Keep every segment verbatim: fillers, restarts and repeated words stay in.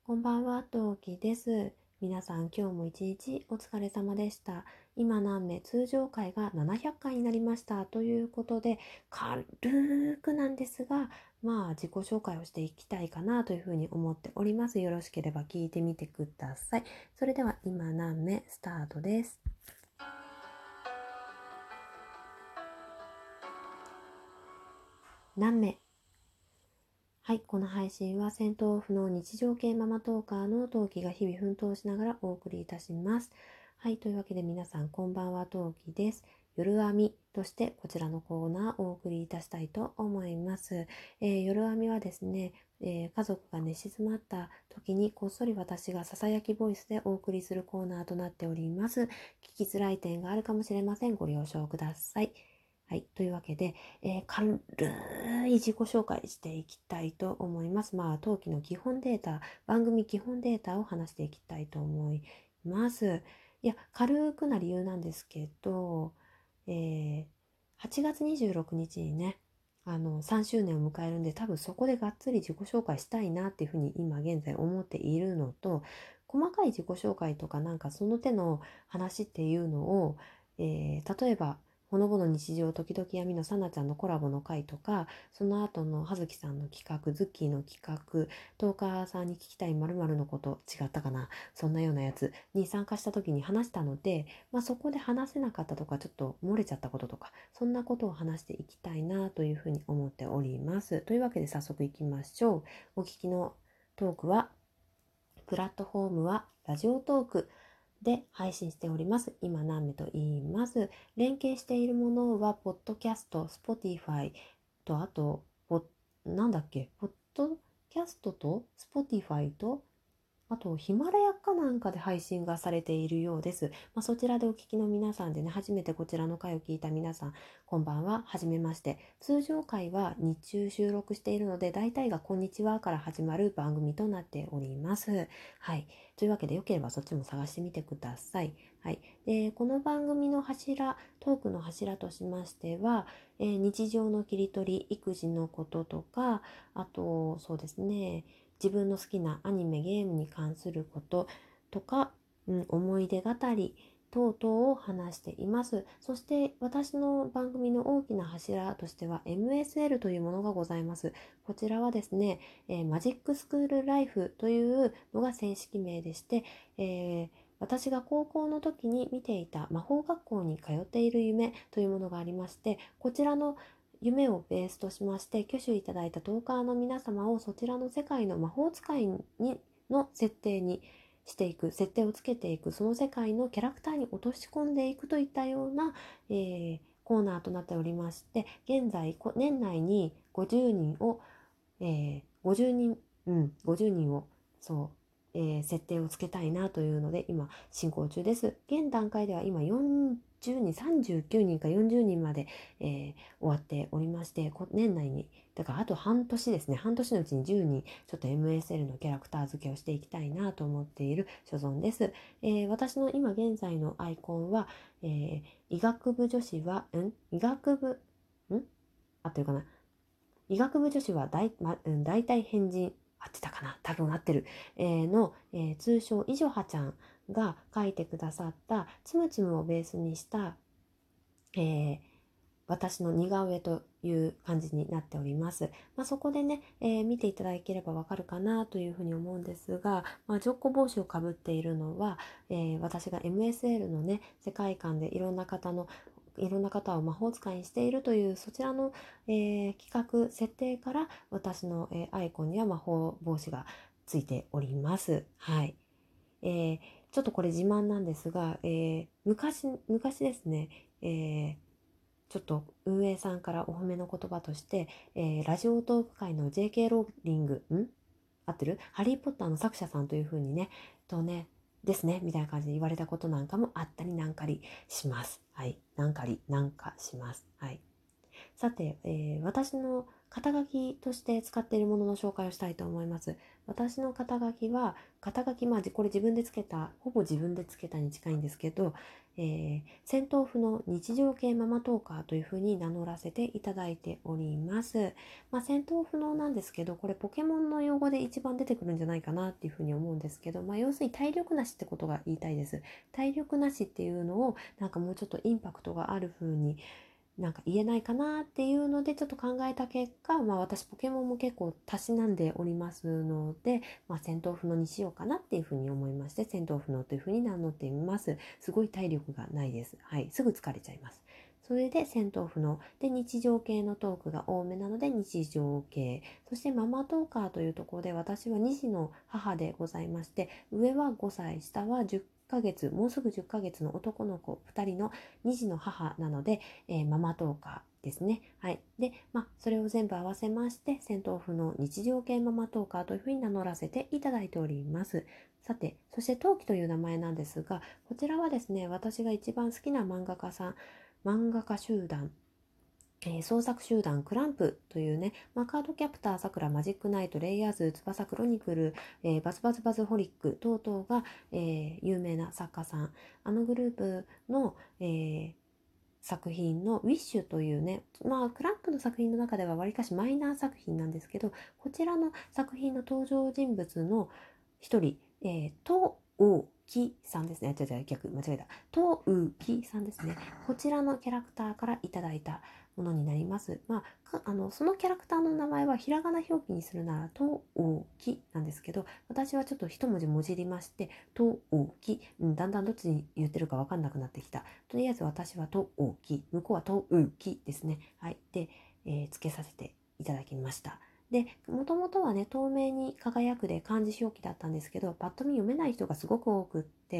こんばんは、トウキです。皆さん、今日も一日お疲れ様でした。今何名通常回がななひゃっかいになりましたということで、軽くなんですが、まあ自己紹介をしていきたいかなというふうに思っております。よろしければ聞いてみてください。それでは今何名スタートです。何名はい、この配信は戦闘不能日常系ママトーカーのトウキが日々奮闘しながらお送りいたします。はい、というわけで皆さんこんばんは、トウキです。夜編みとしてこちらのコーナーをお送りいたしたいと思います。えー、夜編みはですね、えー、家族が寝静まった時にこっそり私がささやきボイスでお送りするコーナーとなっております。聞きづらい点があるかもしれません。ご了承ください。はい。というわけで、えー、軽い自己紹介していきたいと思います。まあ、当期の基本データ、番組基本データを話していきたいと思います。いや、軽くな理由なんですけど、えー、はちがつにじゅうろくにちにね、あの、さんしゅうねんを迎えるんで、多分そこでがっつり自己紹介したいなっていうふうに今現在思っているのと、細かい自己紹介とかなんかその手の話っていうのを、えー、例えば、ほのぼの日常時々闇のさなちゃんのコラボの回とか、その後の葉月さんの企画、ズッキーの企画、トーカーさんに聞きたい〇〇のこと違ったかな、そんなようなやつに参加した時に話したので、まあ、そこで話せなかったとかちょっと漏れちゃったこととか、そんなことを話していきたいなというふうに思っております。というわけで早速いきましょう。お聞きのトークは、プラットフォームはラジオトークで配信しております。今何名と言います。連携しているものは、ポッドキャスト、Spotify と、あと、ポなんだっけ、ポッドキャストと Spotify と、あと、ヒマラヤかなんかで配信がされているようです。まあ、そちらでお聞きの皆さんでね、初めてこちらの回を聞いた皆さん、こんばんは、はじめまして。通常回は日中収録しているので、大体がこんにちはから始まる番組となっております。はい。というわけで、よければそっちも探してみてください。はい。で、この番組の柱、トークの柱としましては、えー日常の切り取り、育児のこととか、あと、そうですね、自分の好きなアニメ、ゲームに関することとか、うん、思い出語り等々を話しています。そして私の番組の大きな柱としては エムエスエル というものがございます。こちらはですね、えーマジックスクールライフというのが正式名でして、えー私が高校の時に見ていた魔法学校に通っている夢というものがありまして、こちらの夢をベースとしまして挙手いただいたトーカーの皆様をそちらの世界の魔法使いにの設定にしていく、設定をつけていく、その世界のキャラクターに落とし込んでいくといったような、えーコーナーとなっておりまして、現在年内にごじゅうにんを、えー、ごじゅうにん、うん、ごじゅうにんをそう、えー設定をつけたいなというので今進行中です。現段階では今よんじゅうにん、さんじゅうきゅうにんかよんじゅうにんまで、えー終わっておりまして、年内にだからあと半年ですね、半年のうちにじゅうにんちょっと エムエスエル のキャラクター付けをしていきたいなと思っている所存です。えー私の今現在のアイコンは、えー医学部女子はん医学部ん合ってるかな、医学部女子は大、まうん、大体変人、合ってたかな、多分合ってる、えーの、えー通称いじょはちゃんが書いてくださったつむつむをベースにした、えー私の似顔絵という感じになっております。まあ、そこでね、えー見ていただければわかるかなというふうに思うんですが、まあ、ジョッコ帽子をかぶっているのは、えー私が エムエスエル のね、世界観でいろんな方のいろんな方を魔法使いにしているというそちらの、えー企画設定から私の、えーアイコンには魔法帽子がついております。はい。えーちょっとこれ自慢なんですが、えー昔昔ですね、えーちょっと運営さんからお褒めの言葉として、えーラジオトーク界の ジェーケー ローリング、ん合ってるハリーポッターの作者さんという風にね、とね、ですね、みたいな感じで言われたことなんかもあったりなんかりします。はい。なんかり、なんかします。はい。さて、えー私の肩書きとして使っているものの紹介をしたいと思います。私の肩書きは、肩書き、まあ、これ自分でつけた、ほぼ自分でつけたに近いんですけど、えー、戦闘譜の日常系ママトーカーというふうに名乗らせていただいております。まあ、戦闘不能なんですけど、これポケモンの用語で一番出てくるんじゃないかなっていうふうに思うんですけど、まあ、要するに体力なしってことが言いたいです。体力なしっていうのをなんかもうちょっとインパクトがあるふうになんか言えないかなっていうのでちょっと考えた結果、まあ、私ポケモンも結構たしなんでおりますので、まあ、戦闘不能にしようかなっていうふうに思いまして、戦闘不能というふうに名乗っています。すごい体力がないです。はい、すぐ疲れちゃいます。それで戦闘不能で、日常系のトークが多めなので日常系、そしてママトーカーというところで、私はに児の母でございまして、上はごさい、下はじゅっかげつ、もうすぐじゅっかげつの男の子ふたりのに児の母なので、えー、ママトーカーですね。はい。で、まあ、それを全部合わせまして、戦闘不能日常系ママトーカーというふうに名乗らせていただいております。さて、そして陶器という名前なんですが、こちらはですね、私が一番好きな漫画家さん、漫画家集団、えー、創作集団クランプというね、まあ、カードキャプターさくらマジックナイトレイヤーズ翼クロニクル、えー、バズバズバズホリック等々が、えー、有名な作家さん、あのグループの、えー作品のウィッシュというね、まあクランプの作品の中ではわりかしマイナー作品なんですけど、こちらの作品の登場人物の一人、えー、トウキさんですね。違う違う、逆、間違えた。トウキさんですね。こちらのキャラクターからいただいたものになります。まあ、あのそのキャラクターの名前はひらがな表記にするならトウキなんですけど、私はちょっと一文字もじりまして、トウキ、うん、だんだんどっちに言ってるか分かんなくなってきた。とりあえず私はトウキ、向こうはトウキですね。はい。で、えー、つけさせていただきました。で、もともとはね、透明に輝くで漢字表記だったんですけど、パッと見読めない人がすごく多くって、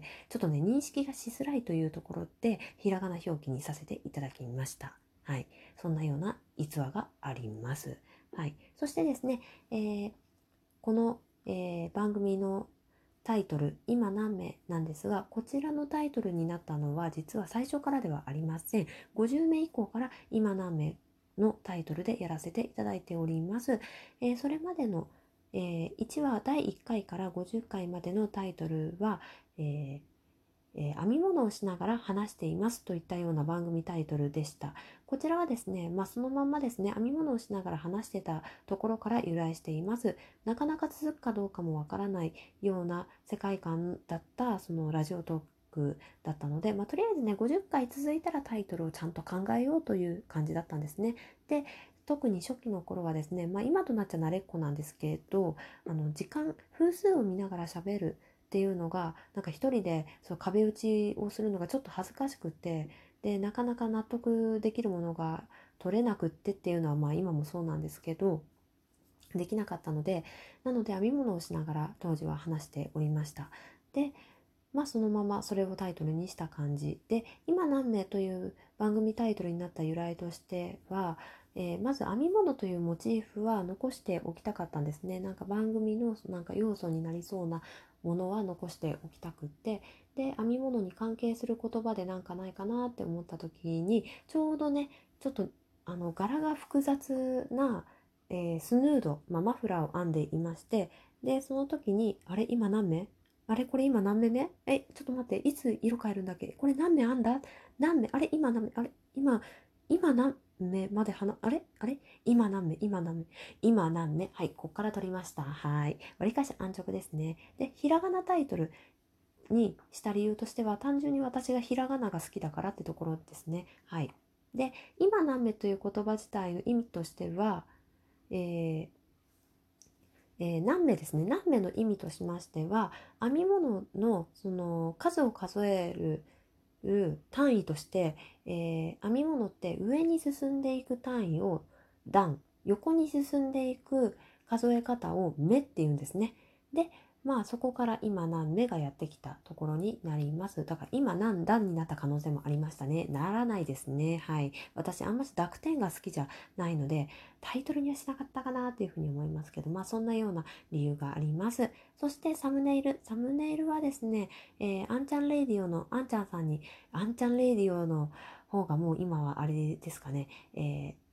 ちょっとね、認識がしづらいというところで、ひらがな表記にさせていただきました。はい。そんなような逸話があります。はい。そしてですね、えー、この、えー、番組のタイトル、今何名なんですが、こちらのタイトルになったのは実は最初からではありません。ごじゅうめい以降から今何名のタイトルでやらせていただいております。えー、それまでの、えー、いちわだいいっかいからごじゅっかいまでのタイトルは、えーえー編み物をしながら話していますといったような番組タイトルでした。こちらはですね、まあ、そのまんまですね、編み物をしながら話してたところから由来しています。なかなか続くかどうかもわからないような世界観だったそのラジオトークだったので、まあ、とりあえずね、ごじゅっかい続いたらタイトルをちゃんと考えようという感じだったんですね。で、特に初期の頃はですね、まあ、今となっちゃ慣れっこなんですけど、あの時間、分数を見ながら喋るっていうのがなんか一人でそう壁打ちをするのがちょっと恥ずかしくて、でなかなか納得できるものが取れなくってっていうのはまあ今もそうなんですけど、できなかったので、なので編み物をしながら当時は話しておりました。で、まあそのままそれをタイトルにした感じで、今何名という番組タイトルになった由来としては、えーまず編み物というモチーフは残しておきたかったんですね。なんか番組のなんか要素になりそうなものは残しておきたくって、で編み物に関係する言葉でなんかないかなって思った時に、ちょうどね、ちょっとあの柄が複雑な、えースヌード、まあ、マフラーを編んでいまして、でその時にあれ今何名あれこれ今何目目え、ちょっと待って、いつ色変えるんだっけこれ何目あんだ何目あれ今何目あれ今、今何目まで話、あれあれ今何目今何目今何目はい、こっから取りました。はい。わりかし安直ですね。で、ひらがなタイトルにした理由としては、単純に私がひらがなが好きだからってところですね。はい。で、今何目という言葉自体の意味としては、えーえー、何目ですね。何目の意味としましては、編み物のその数を数える単位として、えー編み物って上に進んでいく単位を段、横に進んでいく数え方を目っていうんですね。で、まあそこから今何目がやってきたところになります。だから今何段になった可能性もありましたね。ならないですね。はい。私あんまり濁点が好きじゃないので、タイトルにはしなかったかなっていうふうに思いますけど、まあそんなような理由があります。そしてサムネイル。サムネイルはですね、えー、アンちゃんレイディオのアンちゃんさんに、アンちゃんレイディオの方がもう今はあれですかね、えー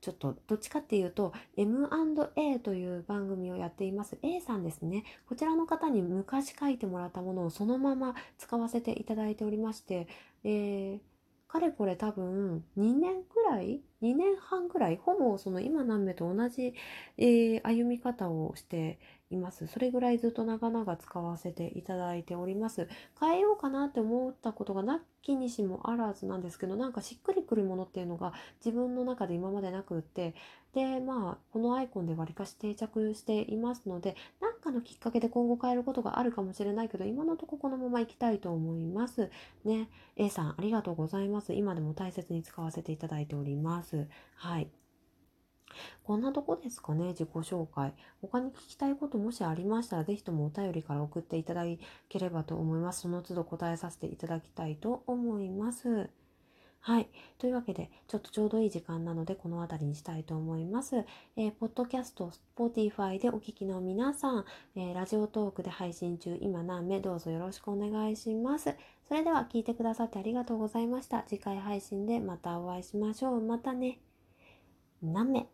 ちょっとどっちかっていうと エムアンドエー という番組をやっています A さんですね。こちらの方に昔書いてもらったものをそのまま使わせていただいておりまして、えーかれこれ多分にねんくらいにねんはんくらいほぼその今何名と同じ、えー歩み方をしています。それぐらいずっと長々使わせていただいております。変えようかなって思ったことがなきにしもあらずなんですけど、なんかしっくりくるものっていうのが自分の中で今までなくって、でまあこのアイコンでわりかし定着していますので、なんかのきっかけで今後変えることがあるかもしれないけど、今のところこのまま行きたいと思いますね。 A さんありがとうございます。今でも大切に使わせていただいております。はい、こんなとこですかね、自己紹介。他に聞きたいこともしありましたら、ぜひともお便りから送っていただければと思います。その都度答えさせていただきたいと思います。はい。というわけで、ちょっとちょうどいい時間なので、この辺りにしたいと思います。えー、ポッドキャスト、Spotify でお聞きの皆さん、えーラジオトークで配信中、今何名どうぞよろしくお願いします。それでは聞いてくださってありがとうございました。次回配信でまたお会いしましょう。またね。何名